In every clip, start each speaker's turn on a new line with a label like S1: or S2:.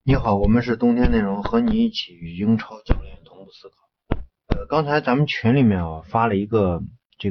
S1: 你好，我们是冬天内容，和你一起与英超教练同步思考。刚才咱们群里面发了一个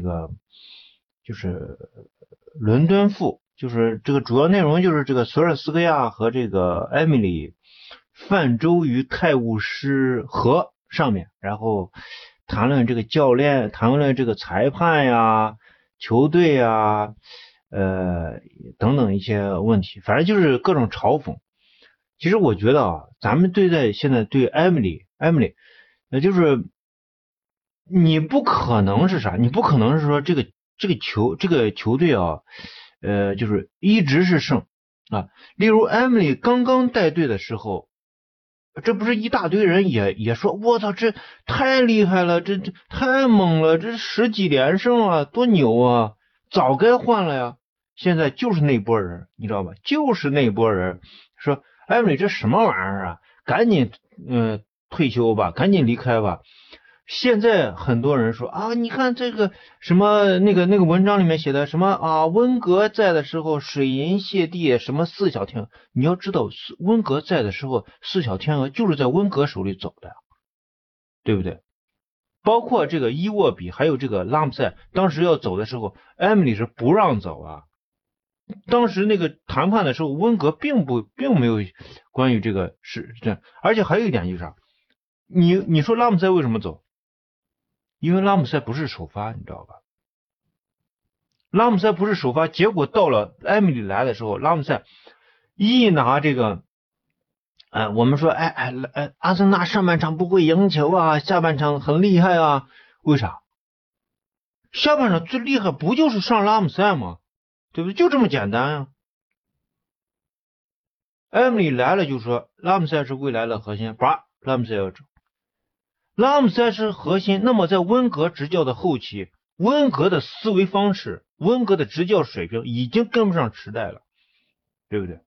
S1: 就是伦敦富，就是这个主要内容就是这个索尔斯克亚和这个艾米丽泛舟于泰晤士河上面，然后谈论这个教练，谈论这个裁判呀、球队呀，等等一些问题，反正就是各种嘲讽。其实我觉得咱们现在对艾米丽，就是你不可能是啥？你不可能是说这个球队就是一直是胜啊。例如艾米丽刚刚带队的时候，这不是一大堆人也说，我操，这太厉害了，这太猛了，这10几连胜了，多牛啊！早该换了呀。现在就是那波人，你知道吧？就是那波人说。艾米丽这什么玩意儿啊？赶紧退休吧，赶紧离开吧。现在很多人说啊，你看这个什么那个文章里面写的什么啊，温格在的时候水银泻地，什么四小天鹅。你要知道，温格在的时候，四小天鹅就是在温格手里走的，对不对？包括这个伊沃比还有这个拉姆塞，当时要走的时候，艾米丽是不让走啊。当时那个谈判的时候，温格并没有关于这个是这样，而且还有一点就是啥，你说拉姆塞为什么走？因为拉姆塞不是首发，你知道吧？拉姆塞不是首发，结果到了埃米里来的时候，拉姆塞一拿这个，我们说，阿森纳上半场不会赢球啊，下半场很厉害啊，为啥？下半场最厉害不就是上拉姆塞吗？对不对？就这么简单啊。艾米丽来了就说拉姆塞是未来的核心，拉姆塞要走。拉姆塞是核心，那么在温格执教的后期，温格的思维方式，温格的执教水平已经跟不上时代了，对不对？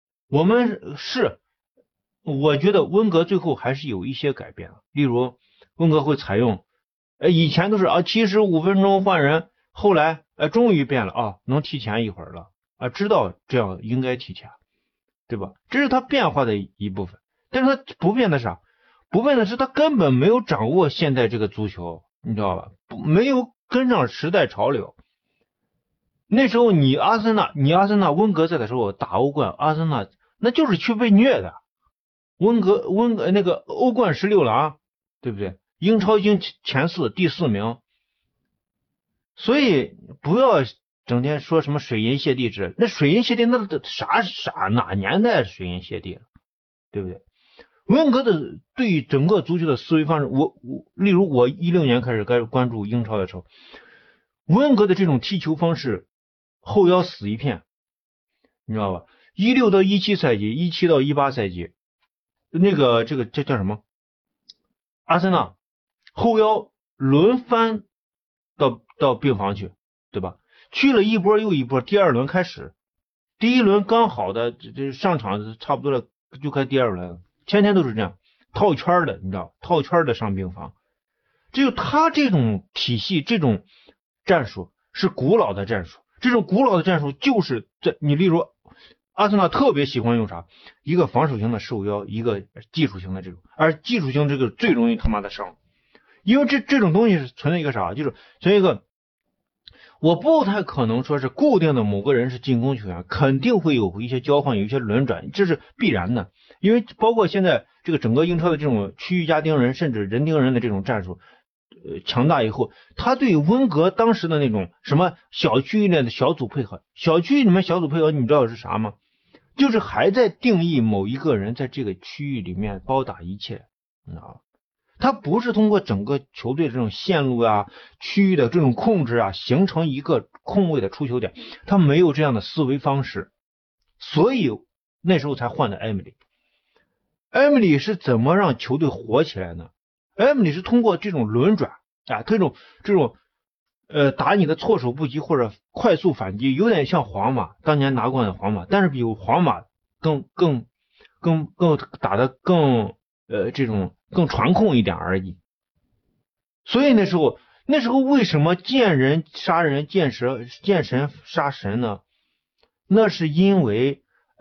S1: 我觉得温格最后还是有一些改变了，例如温格会采用，以前都是75分钟换人，后来终于变了能提前一会儿了知道这样应该提前。对吧？这是他变化的一部分，但是他不变的啥？不变的是他根本没有掌握现在这个足球，你知道吧？没有跟上时代潮流。那时候你阿森纳温格在的时候打欧冠，阿森纳那就是去被虐的。温格那个欧冠16郎，对不对？英超已经前4第4名，所以不要整天说什么水银泻地制，那水银泻地那啥哪年代水银泻地了，对不对？温格的对整个足球的思维方式，例如我16年开始关注英超的时候，温格的这种踢球方式后腰死一片，你知道吧？16到17赛季，17到18赛季，这叫什么？阿森纳后腰轮番到病房去，对吧？去了一波又一波，第二轮开始，第一轮刚好的这上场差不多了，就开第二轮了，天天都是这样套圈的，你知道，套圈的上病房。只有他这种体系，这种战术是古老的战术，这种古老的战术就是你例如阿森纳特别喜欢用啥？一个防守型的受腰，一个技术型的这种，而技术型这个最容易他妈的伤，因为这种东西是存在一个啥？就是存在一个。我不太可能说是固定的某个人是进攻球员，肯定会有一些交换，有一些轮转，这是必然的。因为包括现在这个整个英超的这种区域加盯人，甚至人盯人的这种战术，强大以后，他对温格当时的那种什么小区域内的小组配合，小区域里面小组配合，你知道是啥吗？就是还在定义某一个人在这个区域里面包打一切，你知道吧？他不是通过整个球队这种线路区域的这种控制形成一个空位的出球点，他没有这样的思维方式，所以那时候才换的埃米里。埃米里是怎么让球队火起来呢？埃米里是通过这种轮转这种打你的措手不及或者快速反击，有点像皇马当年拿冠的皇马，但是比皇马更打得更这种更传控一点而已。所以那时候为什么见人杀人，见神杀神呢？那是因为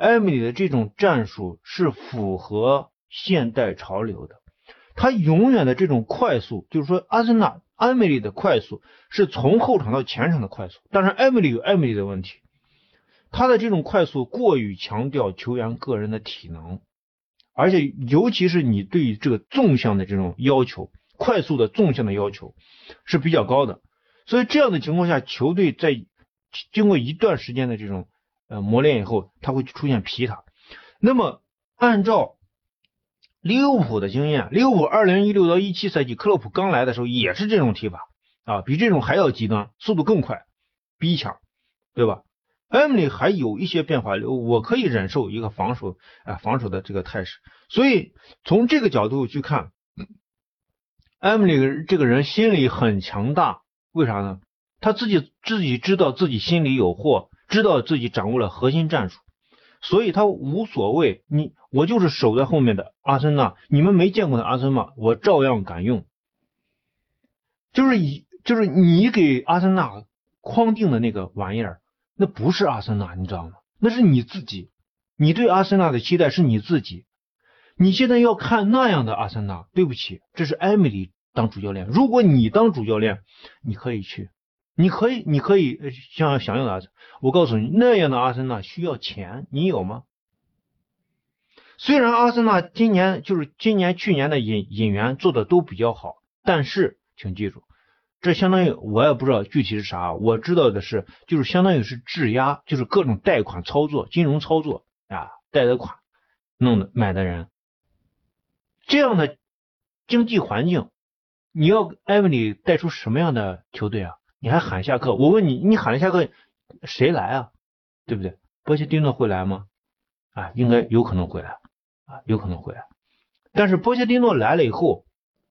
S1: 埃梅里的这种战术是符合现代潮流的。他永远的这种快速，就是说埃梅里的快速是从后场到前场的快速，但是埃梅里有埃梅里的问题，他的这种快速过于强调球员个人的体能，而且尤其是你对于这个纵向的这种要求，快速的纵向的要求是比较高的，所以这样的情况下，球队在经过一段时间的这种磨练以后，它会出现疲沓。那么按照利物浦的经验，利物浦2016到17赛季克洛普刚来的时候也是这种踢法啊，比这种还要极端，速度更快，逼抢，对吧？埃梅里还有一些变化，我可以忍受一个防守的这个态势，所以从这个角度去看，埃梅里这个人心里很强大，为啥呢？他自己知道自己心里有货，知道自己掌握了核心战术，所以他无所谓，我就是守在后面的阿森纳，你们没见过的阿森纳，我照样敢用。就是你给阿森纳框定的那个玩意儿，那不是阿森纳，你知道吗？那是你自己，你对阿森纳的期待是你自己。你现在要看那样的阿森纳，对不起，这是埃梅里当主教练。如果你当主教练，你可以去，你可以想要的阿森纳，我告诉你，那样的阿森纳需要钱，你有吗？虽然阿森纳去年的引援做的都比较好，但是请记住，这相当于我也不知道具体是啥，我知道的是就是相当于是质押，就是各种贷款操作、金融操作啊，贷的款弄的买的人，这样的经济环境，你要埃梅里带出什么样的球队啊？你还喊下课？我问你，你喊了下课，谁来啊？对不对？波切蒂诺会来吗？啊，应该有可能会来啊，有可能会来。但是波切蒂诺来了以后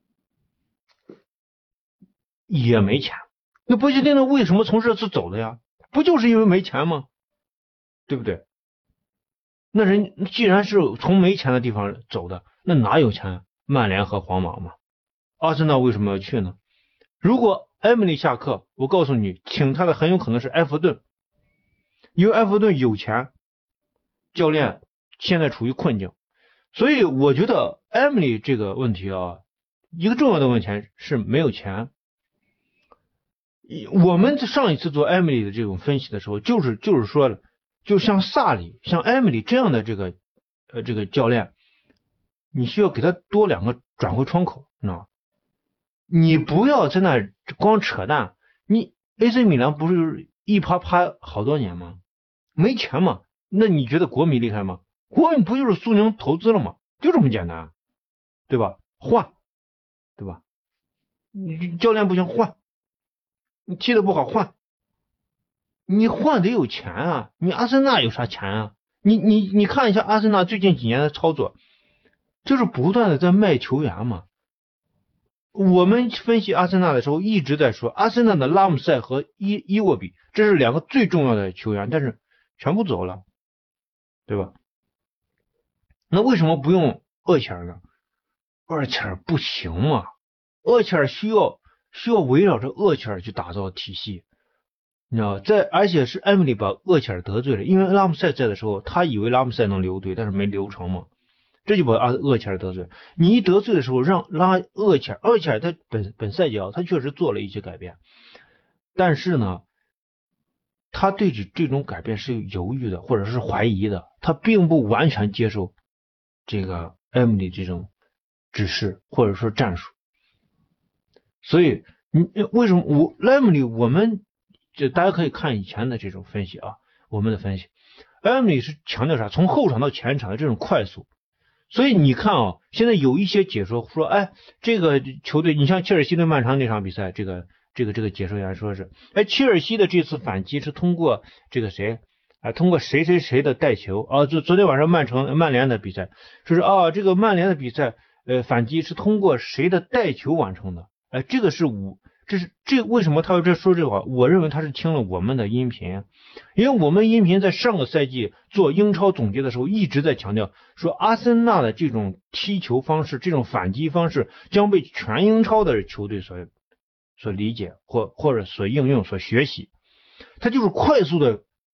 S1: 也没钱，那波切蒂诺为什么从热刺走的呀？不就是因为没钱吗？对不对？那人既然是从没钱的地方走的，那哪有钱？曼联和皇马嘛。阿森纳为什么要去呢？如果埃梅里下课，我告诉你，请他的很有可能是埃弗顿，因为埃弗顿有钱，教练现在处于困境，所以我觉得埃梅里这个问题啊，一个重要的问题是没有钱。我们上一次做埃梅里的这种分析的时候，就是说了，就像萨里、像埃梅里这样的这个教练，你需要给他多2个转会窗口，知道吗？你不要在那光扯淡，你 AC 米兰不是一趴好多年吗？没钱嘛？那你觉得国米厉害吗？国米不就是苏宁投资了吗？就这么简单，对吧？换，对吧？你教练不行换，你踢得不好换，你换得有钱啊！你阿森纳有啥钱啊？你看一下阿森纳最近几年的操作，就是不断的在卖球员嘛。我们分析阿森纳的时候一直在说，阿森纳的拉姆塞和伊沃比，这是2个最重要的球员，但是全部走了，对吧？那为什么不用厄齐尔呢？厄齐尔不行嘛，厄齐尔需要围绕着厄齐尔去打造体系，你知道，而且是埃梅里把厄齐尔得罪了，因为拉姆塞在的时候，他以为拉姆塞能留队，但是没留成嘛。这就把厄齐尔得罪，你一得罪的时候，让厄齐尔他本赛季啊，他确实做了一些改变，但是呢，他对这种改变是犹豫的，或者是怀疑的，他并不完全接受这个埃梅里这种指示或者说战术，所以为什么埃梅里我们大家可以看以前的这种分析啊，我们的分析，埃梅里是强调啥？从后场到前场的这种快速。所以你看啊，现在有一些解说说，哎，这个球队，你像切尔西对曼城那场比赛，这个解说员说是，哎，切尔西的这次反击是通过这个谁啊，通过谁的带球啊，就昨天晚上曼联的比赛，说是啊，这个曼联的比赛，反击是通过谁的带球完成的？哎，这个是为什么他会说这话？我认为他是听了我们的音频，因为我们音频在上个赛季做英超总结的时候一直在强调说，阿森纳的这种踢球方式、这种反击方式将被全英超的球队所理解或者所应用、所学习。他就是快速的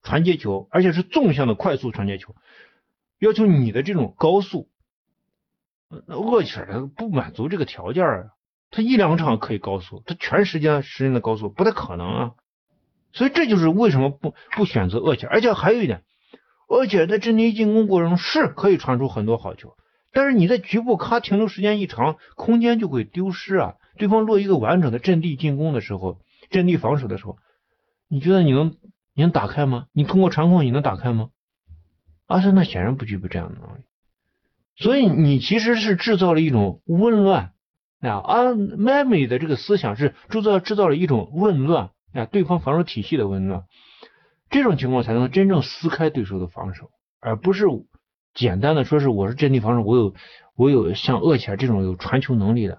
S1: 传接球，而且是纵向的快速传接球，要求你的这种高速，厄齐尔他不满足这个条件啊，他一两场可以高速，他全时间的高速不太可能啊，所以这就是为什么不选择厄齐尔。而且还有一点，厄齐尔在阵地进攻过程中是可以传出很多好球，但是你在局部停留时间一长，空间就会丢失啊。对方落一个完整的阵地进攻的时候，阵地防守的时候，你觉得你能打开吗？你通过传控你能打开吗？阿森纳显然不具备这样的能力，所以你其实是制造了一种混乱啊。麦美的这个思想是制造了一种混乱啊，对方防守体系的混乱，这种情况才能真正撕开对手的防守，而不是简单的说是我是阵地防守，我有像厄齐尔这种有传球能力的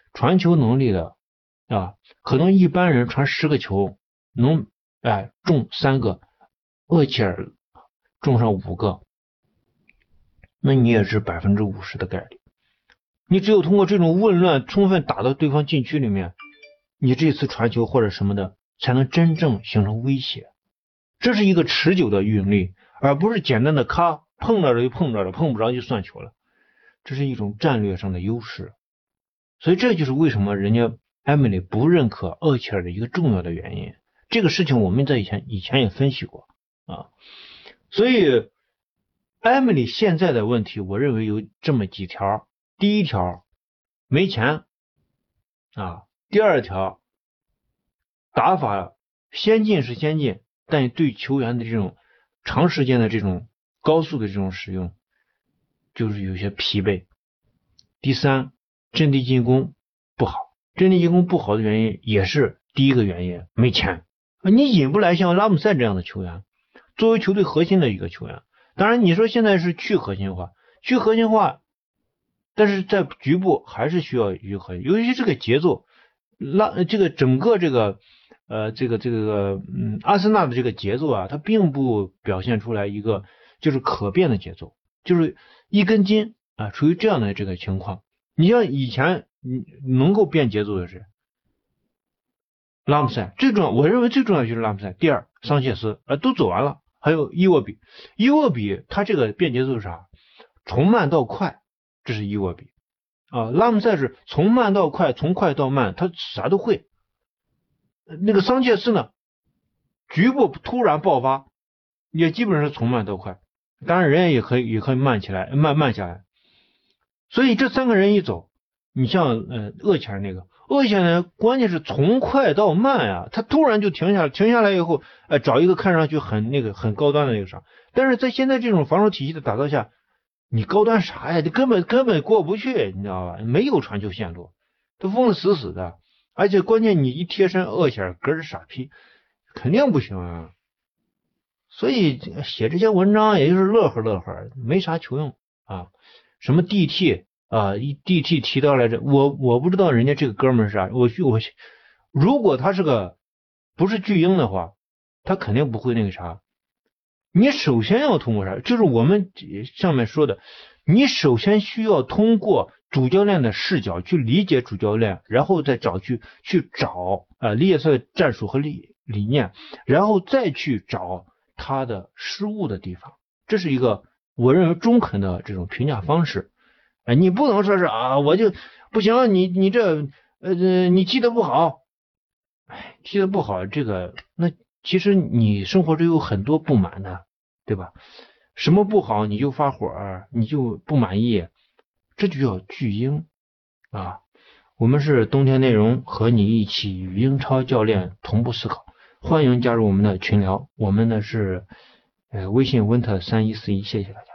S1: 啊，可能一般人传10个球能中3个，厄齐尔中上5个，那你也是50%的概率。你只有通过这种混乱充分打到对方禁区里面，你这次传球或者什么的才能真正形成威胁。这是一个持久的运力，而不是简单的碰着了就碰着了，碰不着就算球了。这是一种战略上的优势。所以这就是为什么人家埃梅里不认可厄齐尔的一个重要的原因。这个事情我们在以前也分析过啊。所以埃梅里现在的问题，我认为有这么几条。第一条，没钱啊。第二条，打法先进是先进，但对球员的这种长时间的这种高速的这种使用，就是有些疲惫。第三，阵地进攻不好。阵地进攻不好的原因也是第一个原因，没钱。你引不来像拉姆塞这样的球员，作为球队核心的一个球员。当然你说现在是去核心化，但是在局部还是需要一个核心，尤其这个节奏，这个整个阿森纳的这个节奏啊，它并不表现出来一个就是可变的节奏，就是一根筋啊，处于这样的这个情况。你像以前能够变节奏的是拉姆塞，我认为最重要就是拉姆塞。第二，桑切斯都走完了，还有伊沃比他这个变节奏是啥？从慢到快，这是伊沃比啊。拉姆塞是从慢到快，从快到慢，他啥都会。那个桑切斯呢，局部突然爆发，也基本上是从慢到快，当然人家也可以慢下来。所以这3个人一走，你像厄齐尔厄齐尔呢，关键是从快到慢啊，他突然就停下来以后，找一个看上去很高端的那个啥，但是在现在这种防守体系的打造下，你高端啥呀？你根本过不去，你知道吧？没有传球线路，都封得死死的，而且关键你一贴身厄齐尔格是傻逼，肯定不行啊。所以写这些文章也就是乐呵，没啥球用啊。什么 DT 啊，DT 提到来着，我不知道人家这个哥们是啥。如果他不是巨婴的话，他肯定不会那个啥。你首先要通过啥？就是我们上面说的，你首先需要通过主教练的视角去理解主教练，然后再去找理解他的战术和理念，然后再去找他的失误的地方。这是一个我认为中肯的这种评价方式。你不能说是我就不行，你这你踢得不好，踢得不好，那其实你生活中有很多不满的，对吧？什么不好你就发火，你就不满意，这就叫巨婴啊！我们是冬天内容，和你一起与英超教练同步思考，欢迎加入我们的群聊，我们呢是微信温特3141，谢谢大家。